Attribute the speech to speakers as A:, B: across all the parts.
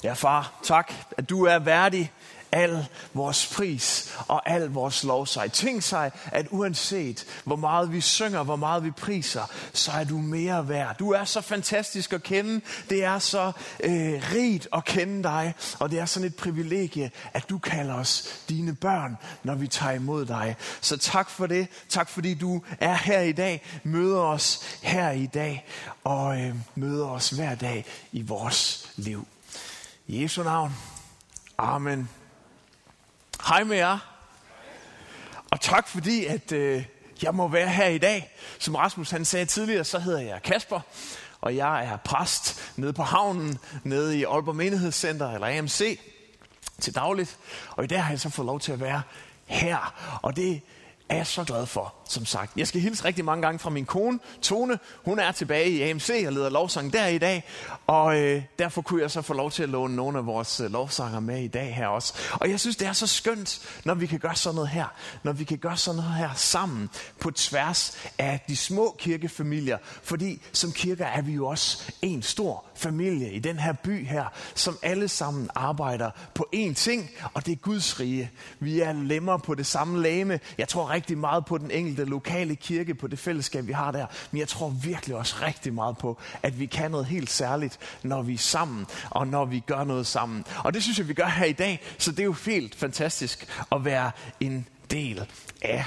A: Ja, far, tak, at du er værdig al vores pris og al vores lovsang. Tænk sig, at uanset hvor meget vi synger, hvor meget vi priser, så er du mere værd. Du er så fantastisk at kende. Det er så rigt at kende dig, og det er sådan et privilegie, at du kalder os dine børn, når vi tager imod dig. Så tak for det. Tak fordi du er her i dag, møder os her i dag, og møder os hver dag i vores liv. I Jesu navn. Amen. Hej med jer. Og tak fordi, at jeg må være her i dag. Som Rasmus han sagde tidligere, så hedder jeg Kasper. Og jeg er præst nede på havnen, nede i Aalborg Menighedscenter, eller AMC, til dagligt. Og i dag har jeg så fået lov til at være her. Og det er jeg så glad for, som sagt. Jeg skal hilse rigtig mange gange fra min kone, Tone. Hun er tilbage i AMC og leder lovsang der i dag. Og derfor kunne jeg så få lov til at låne nogle af vores lovsanger med i dag her også. Og jeg synes, det er så skønt, når vi kan gøre sådan noget her. Når vi kan gøre sådan noget her sammen på tværs af de små kirkefamilier. Fordi som kirker er vi jo også en stor familie i den her by her, som alle sammen arbejder på én ting, og det er Guds rige. Vi er lemmer på det samme legeme. Jeg tror rigtig meget på den enkelte lokale kirke, på det fællesskab, vi har der. Men jeg tror virkelig også rigtig meget på, at vi kan noget helt særligt, når vi er sammen, og når vi gør noget sammen. Og det synes jeg, vi gør her i dag, så det er jo helt fantastisk at være en del af.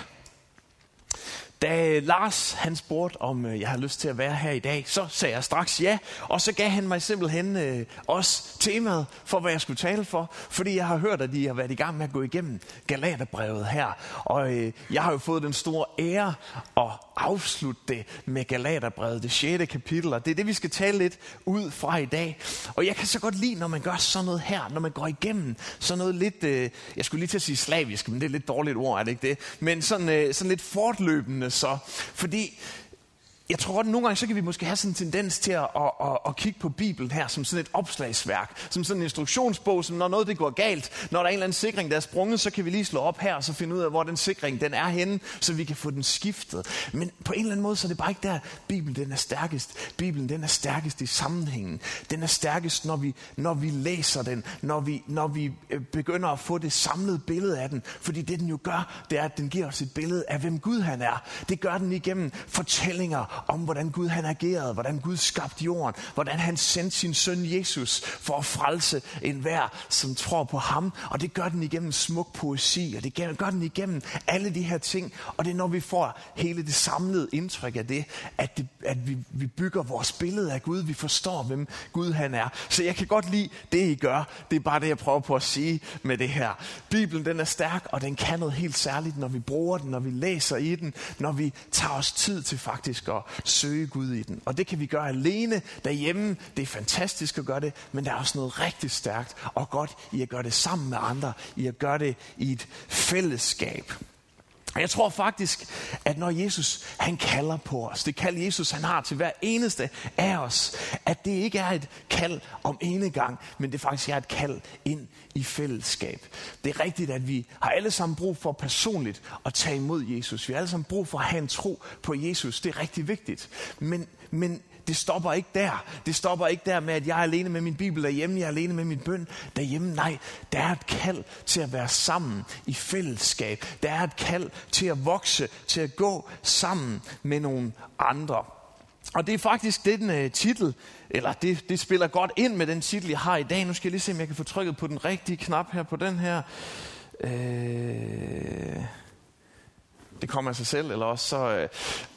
A: Da Lars han spurgte, om jeg havde lyst til at være her i dag, så sagde jeg straks ja. Og så gav han mig simpelthen også temaet for, hvad jeg skulle tale for. Fordi jeg har hørt, at I har været i gang med at gå igennem Galaterbrevet her. Og jeg har jo fået den store ære at afslutte det med Galaterbrevet, det 6. kapitel. Og det er det, vi skal tale lidt ud fra i dag. Og jeg kan så godt lide, når man gør sådan noget her, når man går igennem sådan noget lidt, jeg skulle lige til at sige slavisk, men det er lidt dårligt ord, er det ikke det? Men sådan lidt fortløbende. Så, fordi jeg tror godt, at nogle gange så kan vi måske have sådan en tendens til at kigge på Bibelen her som sådan et opslagsværk, som sådan en instruktionsbog, som når noget det går galt, når der er en eller anden sikring, der er sprunget, så kan vi lige slå op her og så finde ud af, hvor den sikring den er henne, så vi kan få den skiftet. Men på en eller anden måde, så er det bare ikke der, Bibelen den er stærkest. Bibelen den er stærkest i sammenhængen. Den er stærkest, når vi læser den, når vi begynder at få det samlede billede af den. Fordi det den jo gør, det er, at den giver os et billede af, hvem Gud han er. Det gør den igennem fortællinger om, hvordan Gud han agerede, hvordan Gud skabte jorden, hvordan han sendte sin søn Jesus for at frelse enhver, som tror på ham. Og det gør den igennem smuk poesi, og det gør den igennem alle de her ting. Og det er, når vi får hele det samlede indtryk af det, at vi bygger vores billede af Gud. Vi forstår, hvem Gud han er. Så jeg kan godt lide det, I gør. Det er bare det, jeg prøver på at sige med det her. Bibelen den er stærk, og den kan noget helt særligt, når vi bruger den, når vi læser i den, når vi tager os tid til faktisk at søge Gud i den. Og det kan vi gøre alene derhjemme. Det er fantastisk at gøre det, men der er også noget rigtig stærkt og godt i at gøre det sammen med andre, i at gøre det i et fællesskab. Og jeg tror faktisk, at når Jesus han kalder på os, det kald Jesus han har til hver eneste af os, at det ikke er et kald om enegang, men det faktisk er et kald ind i fællesskab. Det er rigtigt, at vi har alle sammen brug for personligt at tage imod Jesus. Vi har alle sammen brug for at have en tro på Jesus. Det er rigtig vigtigt. Men det stopper ikke der. Det stopper ikke der med, at jeg er alene med min Bibel derhjemme, jeg er alene med min bøn derhjemme. Nej, der er et kald til at være sammen i fællesskab. Der er et kald til at vokse, til at gå sammen med nogle andre. Og det er faktisk den titel, eller det spiller godt ind med den titel, jeg har i dag. Nu skal jeg lige se, om jeg kan få trykket på den rigtige knap her på den her. Det kommer af sig selv, eller også så...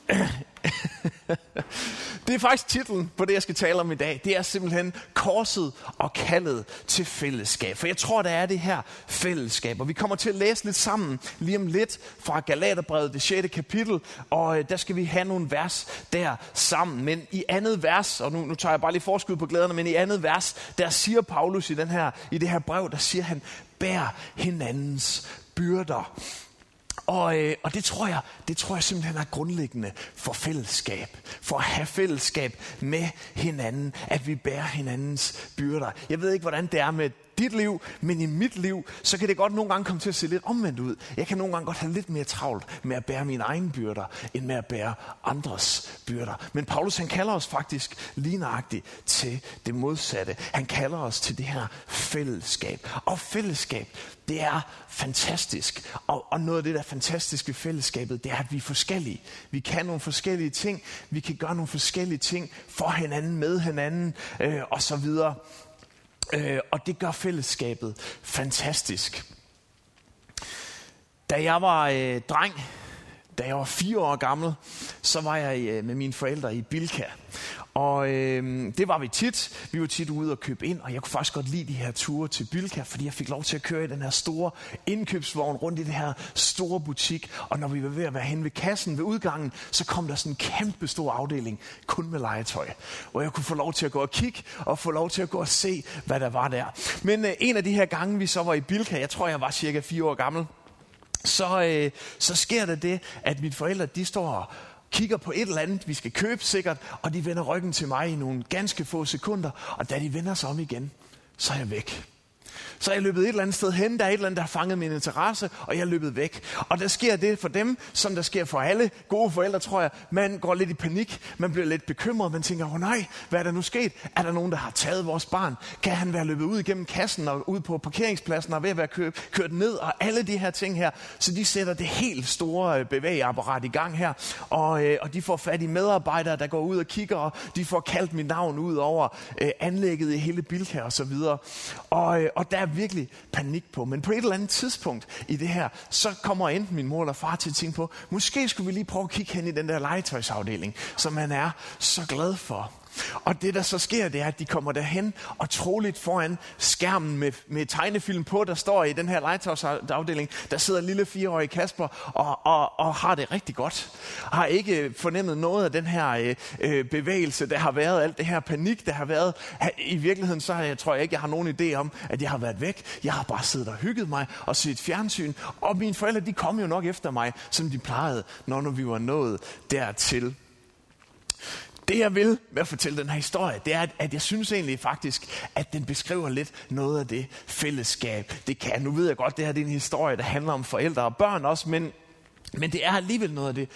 A: Det er faktisk titlen på det, jeg skal tale om i dag. Det er simpelthen korset og kaldet til fællesskab. For jeg tror, der er det her fællesskab. Og vi kommer til at læse lidt sammen lige om lidt fra Galaterbrevet, det 6. kapitel. Og der skal vi have nogle vers der sammen. Men i andet vers, og nu tager jeg bare lige forskud på glæderne, men i andet vers, der siger Paulus i det her brev, der siger han, bær hinandens byrder. Og det tror jeg simpelthen er grundlæggende for fællesskab. For at have fællesskab med hinanden, at vi bærer hinandens byrder. Jeg ved ikke, hvordan det er med dit liv, men i mit liv, så kan det godt nogle gange komme til at se lidt omvendt ud. Jeg kan nogle gange godt have lidt mere travlt med at bære mine egne byrder, end med at bære andres byrder. Men Paulus, han kalder os faktisk lige nøjagtigt til det modsatte. Han kalder os til det her fællesskab. Og fællesskab, det er fantastisk. Og noget af det, der er fantastisk ved fællesskabet, det er, at vi er forskellige. Vi kan nogle forskellige ting. Vi kan gøre nogle forskellige ting for hinanden, med hinanden og så videre. Og det gør fællesskabet fantastisk. Da jeg var dreng, da jeg var 4 år gammel, så var jeg med mine forældre i Bilka. Og det var vi tit. Vi var tit ude og købe ind, og jeg kunne faktisk godt lide de her ture til Bilka, fordi jeg fik lov til at køre i den her store indkøbsvogn rundt i det her store butik. Og når vi var ved at være hen ved kassen ved udgangen, så kom der sådan en kæmpe stor afdeling, kun med legetøj. Hvor jeg kunne få lov til at gå og kigge, og få lov til at gå og se, hvad der var der. Men en af de her gange, vi så var i Bilka, jeg tror jeg var cirka 4 år gammel, så sker der det, at mine forældre, de står og kigger på et eller andet, vi skal købe sikkert, og de vender ryggen til mig i nogle ganske få sekunder, og da de vender sig om igen, så er jeg væk. Så er jeg løbet et eller andet sted hen, der er et eller andet, der har fanget min interesse, og jeg er løbet væk. Og der sker det for dem, som der sker for alle gode forældre, tror jeg. Man går lidt i panik, man bliver lidt bekymret, man tænker, nej, hvad er der nu sket? Er der nogen, der har taget vores barn? Kan han være løbet ud igennem kassen og ud på parkeringspladsen og ved at være kørt ned, og alle de her ting her. Så de sætter det helt store bevægeapparat i gang her, og de får fat i medarbejdere, der går ud og kigger, og de får kaldt mit navn ud over anlægget i hele Bilka og så videre. Og der er virkelig panik på. Men på et eller andet tidspunkt i det her, så kommer enten min mor eller far til at tænke på, måske skulle vi lige prøve at kigge hen i den der legetøjsafdeling, som man er så glad for. Og det der så sker, det er, at de kommer derhen og troligt foran skærmen med tegnefilm på, der står i den her legetøjsafdeling, der sidder lille 4-årige Kasper og har det rigtig godt. Har ikke fornemmet noget af den her bevægelse, der har været, alt det her panik, der har været. I virkeligheden så tror jeg ikke, jeg har nogen idé om, at jeg har været væk. Jeg har bare siddet og hygget mig og set fjernsyn. Og mine forældre, de kom jo nok efter mig, som de plejede, når vi var nået dertil. Det jeg vil med at fortælle den her historie, det er, at jeg synes egentlig faktisk, at den beskriver lidt noget af det fællesskab, det kan. Nu ved jeg godt, det her det er en historie, der handler om forældre og børn også, men det er alligevel noget af det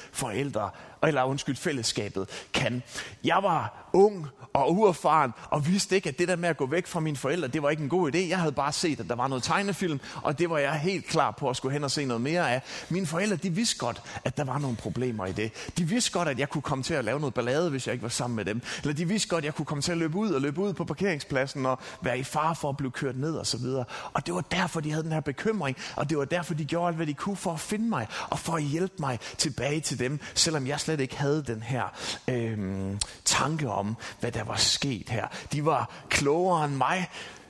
A: fællesskabet kan. Jeg var ung og uerfaren og vidste ikke, at det der med at gå væk fra mine forældre, det var ikke en god idé. Jeg havde bare set, at der var noget tegnefilm, og det var jeg helt klar på at skulle hen og se noget mere af. Mine forældre, de vidste godt, at der var nogle problemer i det. De vidste godt, at jeg kunne komme til at lave noget ballade, hvis jeg ikke var sammen med dem. Eller de vidste godt, at jeg kunne komme til at løbe ud på parkeringspladsen og være i fare for at blive kørt ned og så videre. Og det var derfor, de havde den her bekymring, og det var derfor, de gjorde alt, hvad de kunne for at finde mig og for at hjælpe mig tilbage til dem, selvom jeg slet ikke havde den her tanke om, hvad der var sket her. De var klogere end mig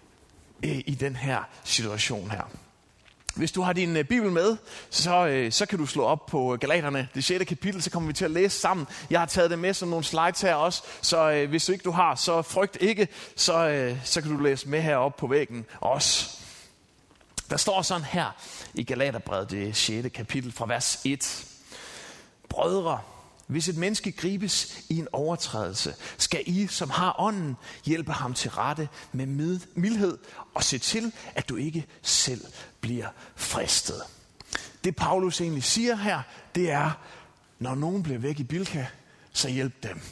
A: i den her situation her. Hvis du har din bibel med, så kan du slå op på Galaterne, det 6. kapitel, så kommer vi til at læse sammen. Jeg har taget det med som nogle slides her også, så hvis du ikke du har, så frygt ikke, så kan du læse med heroppe på væggen også. Der står sådan her i Galaterbrevet, det 6. kapitel fra vers 1. Brødre, hvis et menneske gribes i en overtrædelse, skal I, som har ånden, hjælpe ham til rette med mildhed og se til, at du ikke selv bliver fristet. Det Paulus egentlig siger her, det er, når nogen bliver væk i Bilka, så hjælp dem.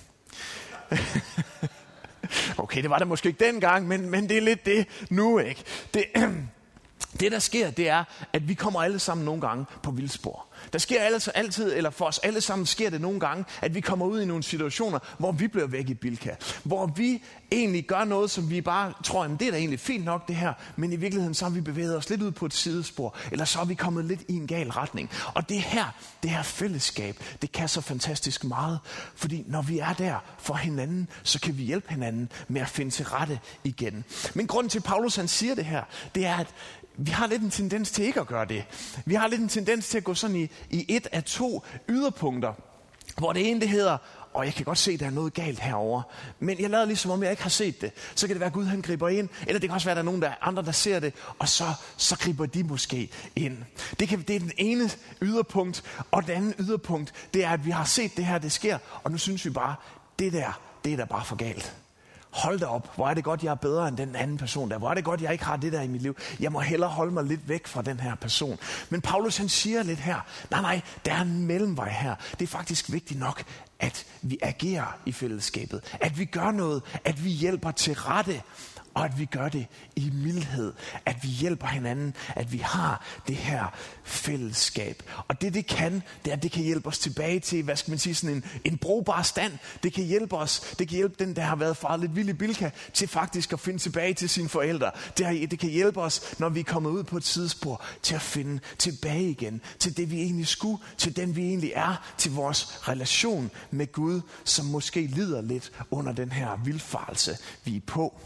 A: Okay, det var det måske ikke dengang, men det er lidt det nu, ikke? Det der sker, det er, at vi kommer alle sammen nogle gange på vildspor. Der sker altid, eller for os alle sammen sker det nogle gange, at vi kommer ud i nogle situationer, hvor vi bliver væk i Bilka. Hvor vi egentlig gør noget, som vi bare tror, det er da egentlig fint nok det her, men i virkeligheden så har vi bevæget os lidt ud på et sidespor, eller så er vi kommet lidt i en gal retning. Og det her fællesskab, det kan så fantastisk meget, fordi når vi er der for hinanden, så kan vi hjælpe hinanden med at finde til rette igen. Men grunden til, at Paulus han siger det her, det er, at vi har lidt en tendens til ikke at gøre det. Vi har lidt en tendens til at gå sådan i et af to yderpunkter, hvor det ene det hedder, og jeg kan godt se, at der er noget galt herover, men jeg lader ligesom om jeg ikke har set det. Så kan det være, at Gud han griber ind, eller det kan også være, at der er nogen andre, der ser det, og så griber de måske ind. Det er den ene yderpunkt, og den anden yderpunkt, det er, at vi har set det her, det sker, og nu synes vi bare, det er da bare for galt. hold da op, hvor er det godt, jeg er bedre end den anden person der. Hvor er det godt, jeg ikke har det der i mit liv. Jeg må hellere holde mig lidt væk fra den her person. Men Paulus han siger lidt her, nej, der er en mellemvej her. Det er faktisk vigtigt nok, at vi agerer i fællesskabet. At vi gør noget, at vi hjælper til rette. Og at vi gør det i mildhed. At vi hjælper hinanden. At vi har det her fællesskab. Og det kan, det er, at det kan hjælpe os tilbage til, hvad skal man sige, sådan en brugbar stand. Det kan hjælpe os. Det kan hjælpe den, der har været faret lidt vild i Bilka, til faktisk at finde tilbage til sine forældre. Det kan hjælpe os, når vi er kommet ud på et sidespor, til at finde tilbage igen. Til det, vi egentlig skulle. Til den, vi egentlig er. Til vores relation med Gud, som måske lider lidt under den her vildfarelse, vi er på.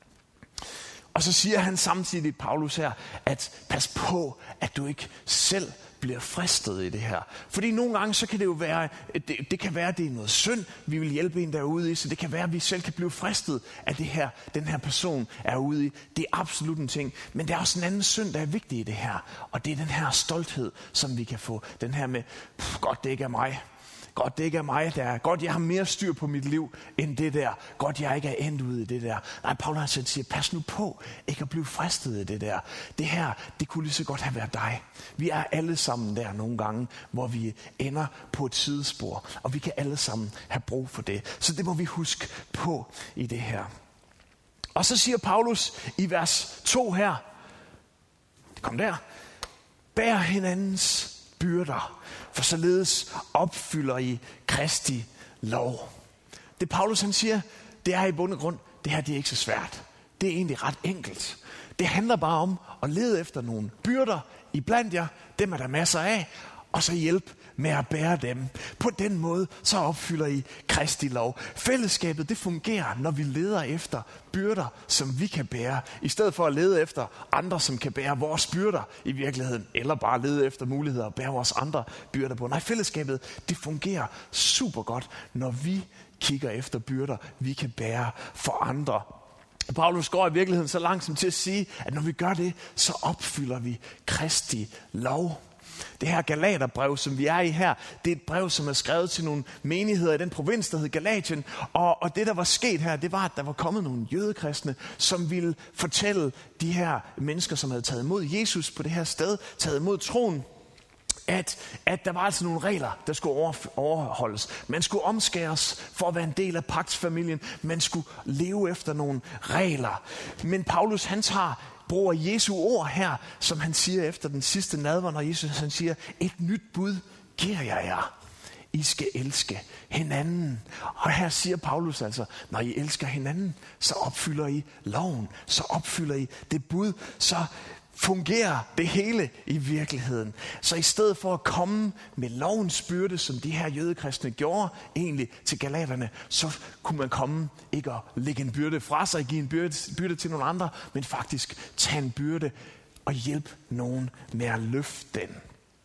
A: Og så siger han samtidig, Paulus her, at pas på, at du ikke selv bliver fristet i det her. Fordi nogle gange, så kan det jo være, det kan være, at det er noget synd, vi vil hjælpe en derude i, så det kan være, at vi selv kan blive fristet af det her, den her person er ude i. Det er absolut en ting, men der er også en anden synd, der er vigtig i det her, og det er den her stolthed, som vi kan få. Den her med, godt det ikke er mig. Godt, det ikke er mig, der er. Godt, jeg har mere styr på mit liv end det der. Godt, jeg ikke er endt ud i det der. Nej, Paulus siger, pas nu på, ikke at blive fristet i det der. Det her, det kunne lige så godt have været dig. Vi er alle sammen der nogle gange, hvor vi ender på et sidespor. Og vi kan alle sammen have brug for det. Så det må vi huske på i det her. Og så siger Paulus i vers 2 her. Kom der. Bær hinandens byrder, for således opfylder I Kristi lov. Det Paulus han siger, det er i bund og grund, det her det er ikke så svært. Det er egentlig ret enkelt. Det handler bare om at lede efter nogle byrder iblandt jer, dem er der masser af, og så hjælp med at bære dem. På den måde, så opfylder I Kristi lov. Fællesskabet, det fungerer, når vi leder efter byrder, som vi kan bære, i stedet for at lede efter andre, som kan bære vores byrder i virkeligheden, eller bare lede efter muligheder at bære vores andre byrder på. Nej, fællesskabet, det fungerer super godt, når vi kigger efter byrder, vi kan bære for andre. Paulus går i virkeligheden så langt som til at sige, at når vi gør det, så opfylder vi Kristi lov. Det her Galaterbrev, som vi er i her, det er et brev, som er skrevet til nogle menigheder i den provins, der hed Galatien. Og det, der var sket her, det var, at der var kommet nogle jødekristne, som ville fortælle de her mennesker, som havde taget imod Jesus på det her sted, taget imod troen, at der var altså nogle regler, der skulle overholdes. Man skulle omskæres for at være en del af pagtsfamilien. Man skulle leve efter nogle regler. Men Paulus, han bruger Jesu ord her, som han siger efter den sidste nadver, når Jesus han siger, et nyt bud giver jeg jer. I skal elske hinanden. Og her siger Paulus altså, når I elsker hinanden, så opfylder I loven, så opfylder I det bud, så fungerer det hele i virkeligheden. Så i stedet for at komme med lovens byrde, som de her jødekristne gjorde egentlig til galaterne, så kunne man komme ikke at lægge en byrde fra sig, give en byrde til nogle andre, men faktisk tage en byrde og hjælpe nogen med at løfte den.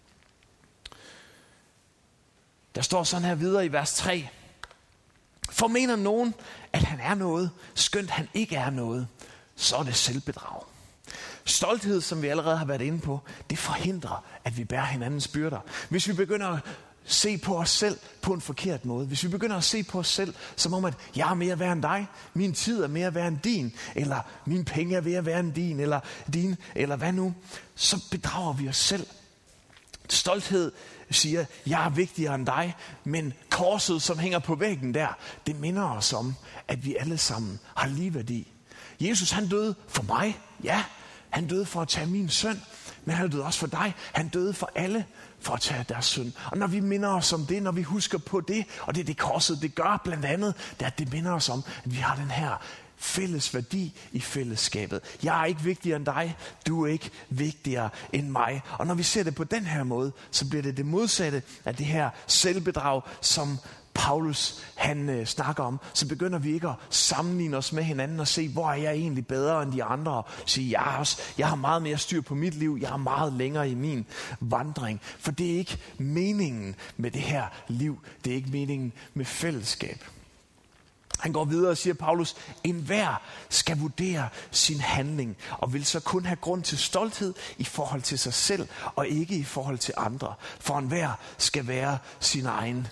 A: Der står sådan her videre i vers 3. For mener nogen, at han er noget, skønt han ikke er noget, så er det selvbedrag. Stolthed, som vi allerede har været inde på, det forhindrer, at vi bærer hinandens byrder. Hvis vi begynder at se på os selv på en forkert måde, hvis vi begynder at se på os selv som om, at jeg er mere værd end dig, min tid er mere værd end din, eller mine penge er mere værd end din, eller hvad nu, så bedrager vi os selv. Stolthed siger, jeg er vigtigere end dig, men korset, som hænger på væggen der, det minder os om, at vi alle sammen har lige værdi. Jesus, han døde for mig, ja. Han døde for at tage min synd, men han døde også for dig. Han døde for alle for at tage deres synd. Og når vi minder os om det, når vi husker på det, og det er det korset, det gør blandt andet, det minder os om, at vi har den her fælles værdi i fællesskabet. Jeg er ikke vigtigere end dig, du er ikke vigtigere end mig. Og når vi ser det på den her måde, så bliver det modsatte af det her selvbedrag, som Paulus han snakker om, så begynder vi ikke at sammenligne os med hinanden og se, hvor er jeg egentlig bedre end de andre, og sige, jeg har meget mere styr på mit liv, jeg er meget længere i min vandring. For det er ikke meningen med det her liv, det er ikke meningen med fællesskab. Han går videre og siger, Paulus, enhver skal vurdere sin handling, og vil så kun have grund til stolthed i forhold til sig selv, og ikke i forhold til andre. For enhver skal være sin egen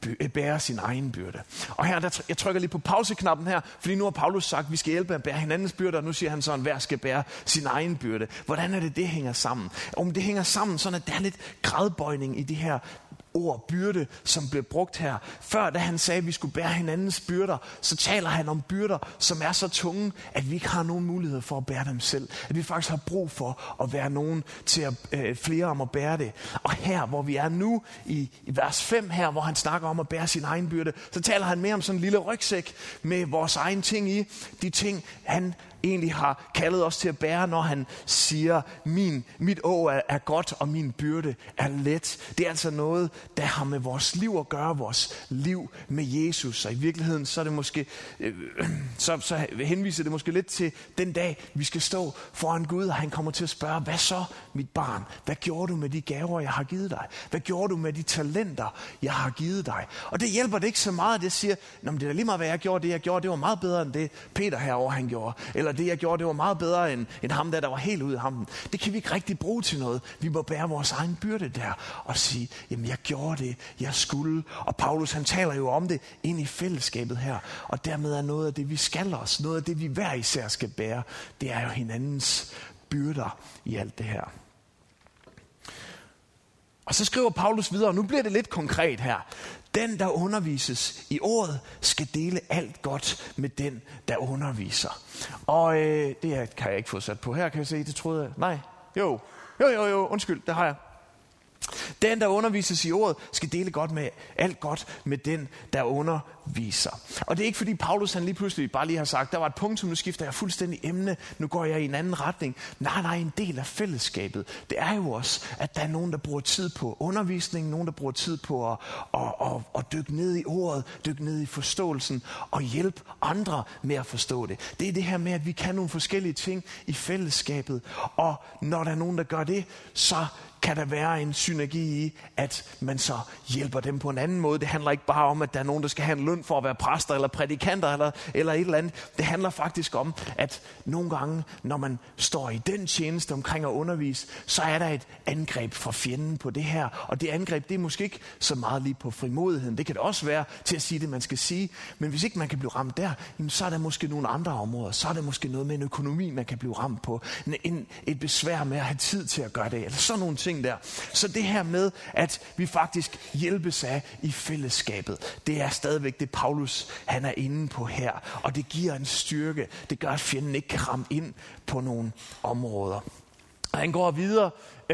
A: bære sin egen byrde. Og her, jeg trykker lige på pauseknappen her, fordi nu har Paulus sagt, at vi skal hjælpe at bære hinandens byrde, og nu siger han sådan, hver skal bære sin egen byrde. Hvordan er det hænger sammen? Om det hænger sammen, sådan at der er lidt gradbøjning i de her ord byrde, som bliver brugt her. Før da han sagde, at vi skulle bære hinandens byrder, så taler han om byrder, som er så tunge, at vi ikke har nogen mulighed for at bære dem selv. At vi faktisk har brug for at være nogen til at flere om at bære det. Og her, hvor vi er nu i vers 5 her, hvor han snakker om at bære sin egen byrde, så taler han mere om sådan en lille rygsæk med vores egen ting i. De ting, han egentlig har kaldet os til at bære, når han siger, mit åg er godt, og min byrde er let. Det er altså noget, der har med vores liv at gøre, vores liv med Jesus. Og i virkeligheden, så er det måske, så henviser det måske lidt til den dag, vi skal stå foran Gud, og han kommer til at spørge, hvad så, mit barn? Hvad gjorde du med de gaver, jeg har givet dig? Hvad gjorde du med de talenter, jeg har givet dig? Og det hjælper det ikke så meget, at det siger, det er lige meget, hvad jeg gjorde. Det jeg gjorde, det var meget bedre end det Peter herovre, han gjorde. Eller det jeg gjorde, det var meget bedre end ham der var helt ude af hampen. Det kan vi ikke rigtig bruge til noget. Vi må bære vores egen byrde der og sige, jamen jeg gjorde det, jeg skulle. Og Paulus, han taler jo om det ind i fællesskabet her. Og dermed er noget af det, vi skal os, noget af det, vi hver især skal bære, det er jo hinandens byrder i alt det her. Og så skriver Paulus videre, og nu bliver det lidt konkret her. Den, der undervises i ordet, skal dele alt godt med den, der underviser. Og det kan jeg ikke få sat på her, kan jeg se. Det troede jeg. Nej. Jo. Undskyld, det har jeg. Den, der undervises i ordet, skal dele alt godt med den, der underviser. Og det er ikke fordi Paulus han lige pludselig bare lige har sagt, der var et punktum, nu skifter jeg fuldstændig emne, nu går jeg i en anden retning. Nej, en del af fællesskabet, det er jo også, at der er nogen, der bruger tid på undervisning, nogen, der bruger tid på at dykke ned i ordet, dykke ned i forståelsen og hjælpe andre med at forstå det. Det er det her med, at vi kan nogle forskellige ting i fællesskabet, og når der er nogen, der gør det, så kan der være en synergi i, at man så hjælper dem på en anden måde. Det handler ikke bare om, at der er nogen, der skal have en løn for at være præster eller prædikanter eller et eller andet. Det handler faktisk om, at nogle gange, når man står i den tjeneste omkring at undervise, så er der et angreb fra fjenden på det her. Og det angreb, det er måske ikke så meget lige på frimodigheden. Det kan det også være til at sige det, man skal sige. Men hvis ikke man kan blive ramt der, så er der måske nogle andre områder. Så er der måske noget med en økonomi, man kan blive ramt på. Et besvær med at have tid til at gøre det. Eller sådan nogle ting der. Så det her med, at vi faktisk hjælpes af i fællesskabet, det er stadigvæk det, Paulus han er inde på her. Og det giver en styrke. Det gør, at fjenden ikke kan ramme ind på nogle områder. Og han går videre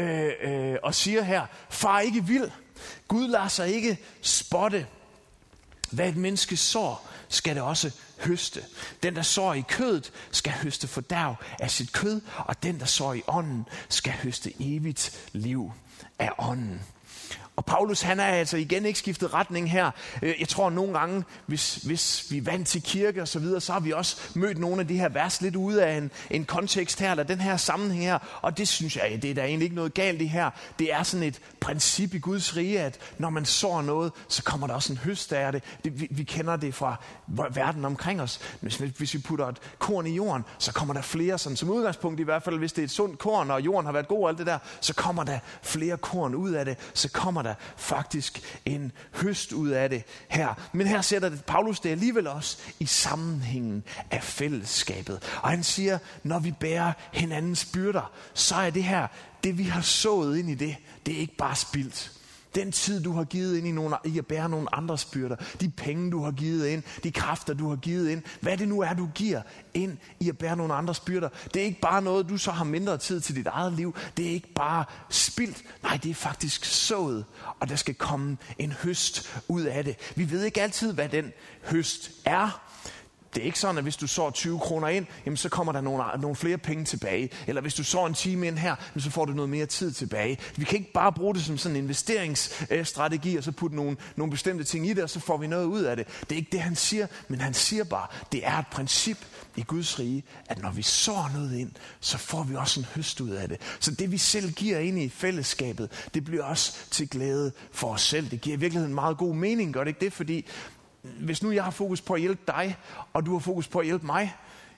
A: og siger her, far ikke vild. Gud lader sig ikke spotte. Hvad et menneske sår, skal det også høste. Den, der sår i kødet, skal høste fordærv af sit kød, og den, der sår i ånden, skal høste evigt liv af ånden. Og Paulus, han er altså igen ikke skiftet retning her. Jeg tror nogle gange, hvis vi er vant til kirke og så videre, så har vi også mødt nogle af de her vers lidt ude af en kontekst her, eller den her sammenhæng her. Og det synes jeg, det er der egentlig ikke noget galt i her. Det er sådan et princip i Guds rige, at når man sår noget, så kommer der også en høst af det. Vi kender det fra verden omkring os. Hvis vi putter et korn i jorden, så kommer der flere, sådan, som udgangspunkt i hvert fald, hvis det er et sundt korn, og jorden har været god og alt det der, så kommer der flere korn ud af det, så kommer der faktisk en høst ud af det her. Men her sætter det Paulus det alligevel også i sammenhængen af fællesskabet. Og han siger, når vi bærer hinandens byrder, så er det her, det vi har sået ind i det er ikke bare spildt. Den tid, du har givet ind i at bære nogle andres byrder, de penge, du har givet ind, de kræfter, du har givet ind, hvad det nu er, du giver ind i at bære nogle andres byrder, det er ikke bare noget, du så har mindre tid til dit eget liv. Det er ikke bare spildt. Nej, det er faktisk sået, og der skal komme en høst ud af det. Vi ved ikke altid, hvad den høst er. Det er ikke sådan, at hvis du sår 20 kroner ind, jamen så kommer der nogle flere penge tilbage. Eller hvis du sår en time ind her, så får du noget mere tid tilbage. Vi kan ikke bare bruge det som sådan en investeringsstrategi, og så putte nogle bestemte ting i det, og så får vi noget ud af det. Det er ikke det, han siger, men han siger bare, det er et princip i Guds rige, at når vi sår noget ind, så får vi også en høst ud af det. Så det, vi selv giver ind i fællesskabet, det bliver også til glæde for os selv. Det giver i virkeligheden meget god mening, gør det ikke det? Fordi hvis nu jeg har fokus på at hjælpe dig, og du har fokus på at hjælpe mig,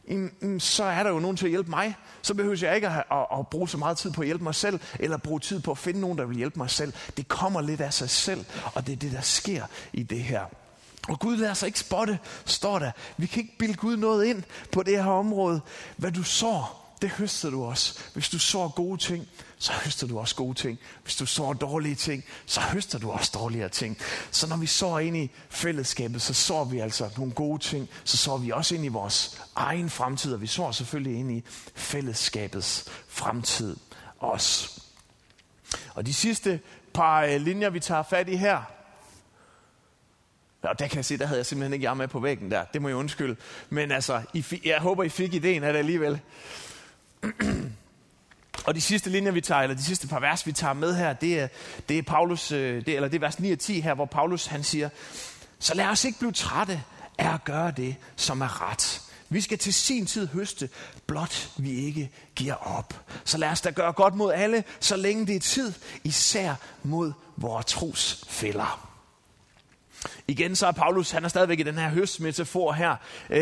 A: så er der jo nogen til at hjælpe mig. Så behøver jeg ikke at bruge så meget tid på at hjælpe mig selv, eller bruge tid på at finde nogen, der vil hjælpe mig selv. Det kommer lidt af sig selv, og det er det, der sker i det her. Og Gud lader sig ikke spotte, står der. Vi kan ikke bilde Gud noget ind på det her område. Hvad du sår, det høster du også. Hvis du sår gode ting, så høster du også gode ting. Hvis du sår dårlige ting, så høster du også dårligere ting. Så når vi sår ind i fællesskabet, så sår vi altså nogle gode ting. Så sår vi også ind i vores egen fremtid, og vi sår selvfølgelig ind i fællesskabets fremtid også. Og de sidste par linjer, vi tager fat i her. Og der kan jeg se, der havde jeg simpelthen ikke jer med på væggen der. Det må jeg undskylde. Men altså, jeg håber, I fik ideen af det alligevel. Og de sidste linjer, vi tager, eller de sidste par vers, vi tager med her, det er Paulus, det er vers 9 og 10 her, hvor Paulus han siger, så lad os ikke blive trætte af at gøre det, som er ret. Vi skal til sin tid høste, blot vi ikke giver op. Så lad os da gøre godt mod alle, så længe det er tid, især mod vores trosfæller. Igen så er Paulus, han er stadigvæk i den her høstmetafor her,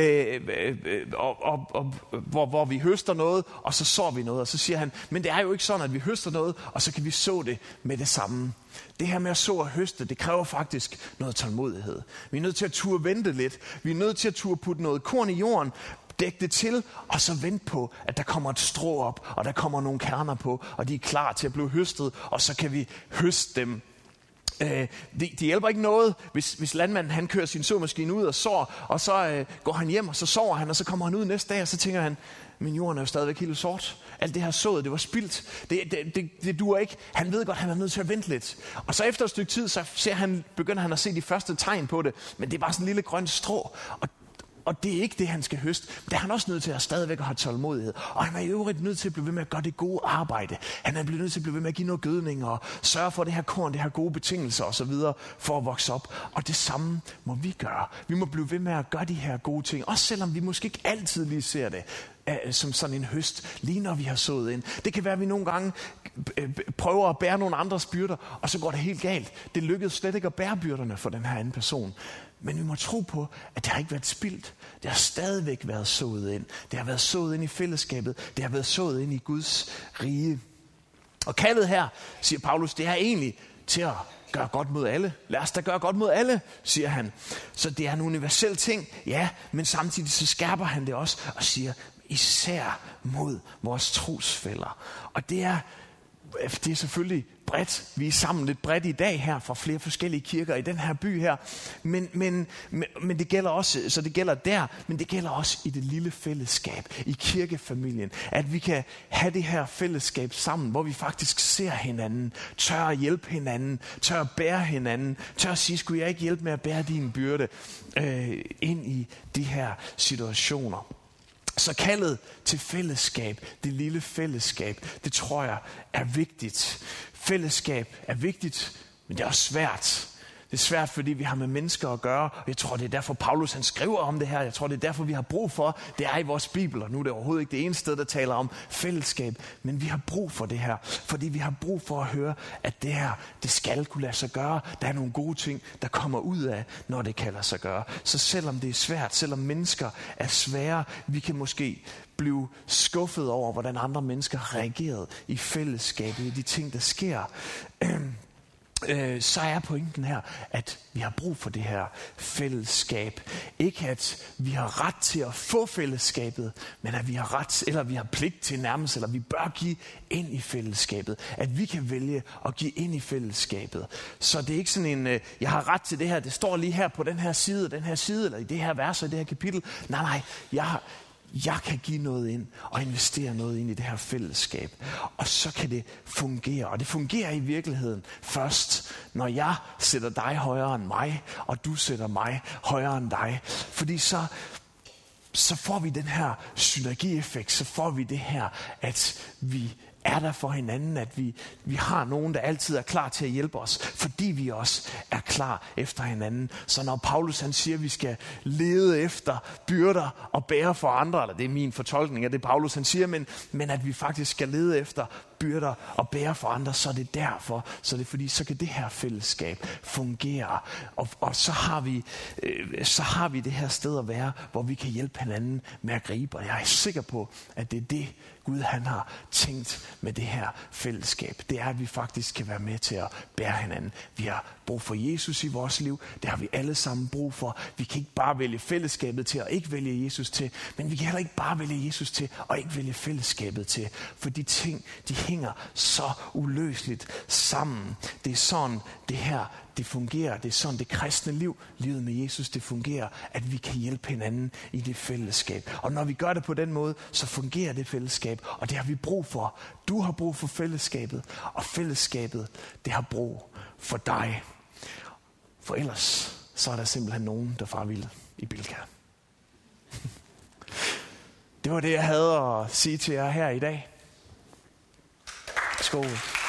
A: hvor vi høster noget, og så sår vi noget. Og så siger han, men det er jo ikke sådan, at vi høster noget, og så kan vi så det med det samme. Det her med at så og høste, det kræver faktisk noget tålmodighed. Vi er nødt til at turde vente lidt. Vi er nødt til at turde putte noget korn i jorden, dække det til, og så vente på, at der kommer et strå op, og der kommer nogle kerner på, og de er klar til at blive høstet, og så kan vi høste dem. Det hjælper ikke noget, hvis landmanden han kører sin såmaskine ud og sår, og så går han hjem, og så sover han, og så kommer han ud næste dag, og så tænker han, min jorden er jo stadigvæk helt sort. Alt det her sået, det var spildt. Det duer ikke. Han ved godt, han er nødt til at vente lidt. Og så efter et stykke tid, så begynder han at se de første tegn på det, men det er bare sådan en lille grønt strå, og det er ikke det, han skal høste. Det er han også nødt til at stadigvæk have tålmodighed. Og han er i øvrigt nødt til at blive ved med at gøre det gode arbejde. Han er blevet nødt til at blive ved med at give noget gødning og sørge for det her korn, det her gode betingelser osv. for at vokse op. Og det samme må vi gøre. Vi må blive ved med at gøre de her gode ting. Også selvom vi måske ikke altid lige ser det som sådan en høst, lige når vi har sået ind. Det kan være, at vi nogle gange prøver at bære nogle andres byrder, og så går det helt galt. Det lykkedes slet ikke at bære byrderne for den her anden person. Men vi må tro på, at det har ikke været spildt. Det har stadigvæk været sået ind. Det har været sået ind i fællesskabet. Det har været sået ind i Guds rige. Og kaldet her, siger Paulus, det er egentlig til at gøre godt mod alle. Lad os da gøre godt mod alle, siger han. Så det er en universel ting, ja, men samtidig så skærper han det også og siger, især mod vores trosfæller. Og det er selvfølgelig bredt. Vi er sammen lidt bredt i dag her fra flere forskellige kirker i den her by her. Men det gælder også, så det gælder der, men det gælder også i det lille fællesskab, i kirkefamilien. At vi kan have det her fællesskab sammen, hvor vi faktisk ser hinanden, tør at hjælpe hinanden, tør at bære hinanden, tør at sige, skulle jeg ikke hjælpe med at bære din byrde ind i de her situationer. Så kaldet til fællesskab, det lille fællesskab, det tror jeg er vigtigt. Fællesskab er vigtigt, men det er også svært. Det er svært, fordi vi har med mennesker at gøre, og jeg tror, det er derfor, Paulus han skriver om det her. Jeg tror, det er derfor, vi har brug for, det er i vores bibel, og nu er det overhovedet ikke det eneste sted, der taler om fællesskab, men vi har brug for det her, fordi vi har brug for at høre, at det her, det skal kunne lade sig gøre. Der er nogle gode ting, der kommer ud af, når det kan lade sig gøre. Så selvom det er svært, selvom mennesker er svære, vi kan måske blive skuffet over, hvordan andre mennesker har reageret i fællesskabet, i de ting, der sker. Så er pointen her, at vi har brug for det her fællesskab. Ikke at vi har ret til at få fællesskabet, men at vi har ret, eller vi har pligt til nærmest, eller vi bør give ind i fællesskabet. At vi kan vælge at give ind i fællesskabet. Så det er ikke sådan en, jeg har ret til det her, det står lige her på den her side, eller i det her vers, og i det her kapitel. Nej, jeg kan give noget ind og investere noget ind i det her fællesskab. Og så kan det fungere. Og det fungerer i virkeligheden først, når jeg sætter dig højere end mig, og du sætter mig højere end dig. Fordi så får vi den her synergieffekt, så får vi det her, at vi er der for hinanden, at vi har nogen, der altid er klar til at hjælpe os, fordi vi også er klar efter hinanden. Så når Paulus han siger, at vi skal lede efter byrder og bære for andre, eller det er min fortolkning af det Paulus han siger, men at vi faktisk skal lede efter byrder og bære for andre, så er det derfor, så er det fordi, så kan det her fællesskab fungere, og så har vi det her sted at være, hvor vi kan hjælpe hinanden med at gribe, og jeg er sikker på, at det er det, Gud han har tænkt med det her fællesskab. Det er, at vi faktisk kan være med til at bære hinanden. Vi har brug for Jesus i vores liv. Det har vi alle sammen brug for. Vi kan ikke bare vælge fællesskabet til og ikke vælge Jesus til. Men vi kan heller ikke bare vælge Jesus til og ikke vælge fællesskabet til. For de ting, de hænger så uløseligt sammen. Det er sådan det her, det fungerer. Det er sådan det kristne liv, livet med Jesus, det fungerer. At vi kan hjælpe hinanden i det fællesskab. Og når vi gør det på den måde, så fungerer det fællesskab. Og det har vi brug for. Du har brug for fællesskabet. Og fællesskabet, det har brug for dig. For ellers, så er der simpelthen nogen, der farer vild i Bilka. Det var det, jeg havde at sige til jer her i dag. Skål.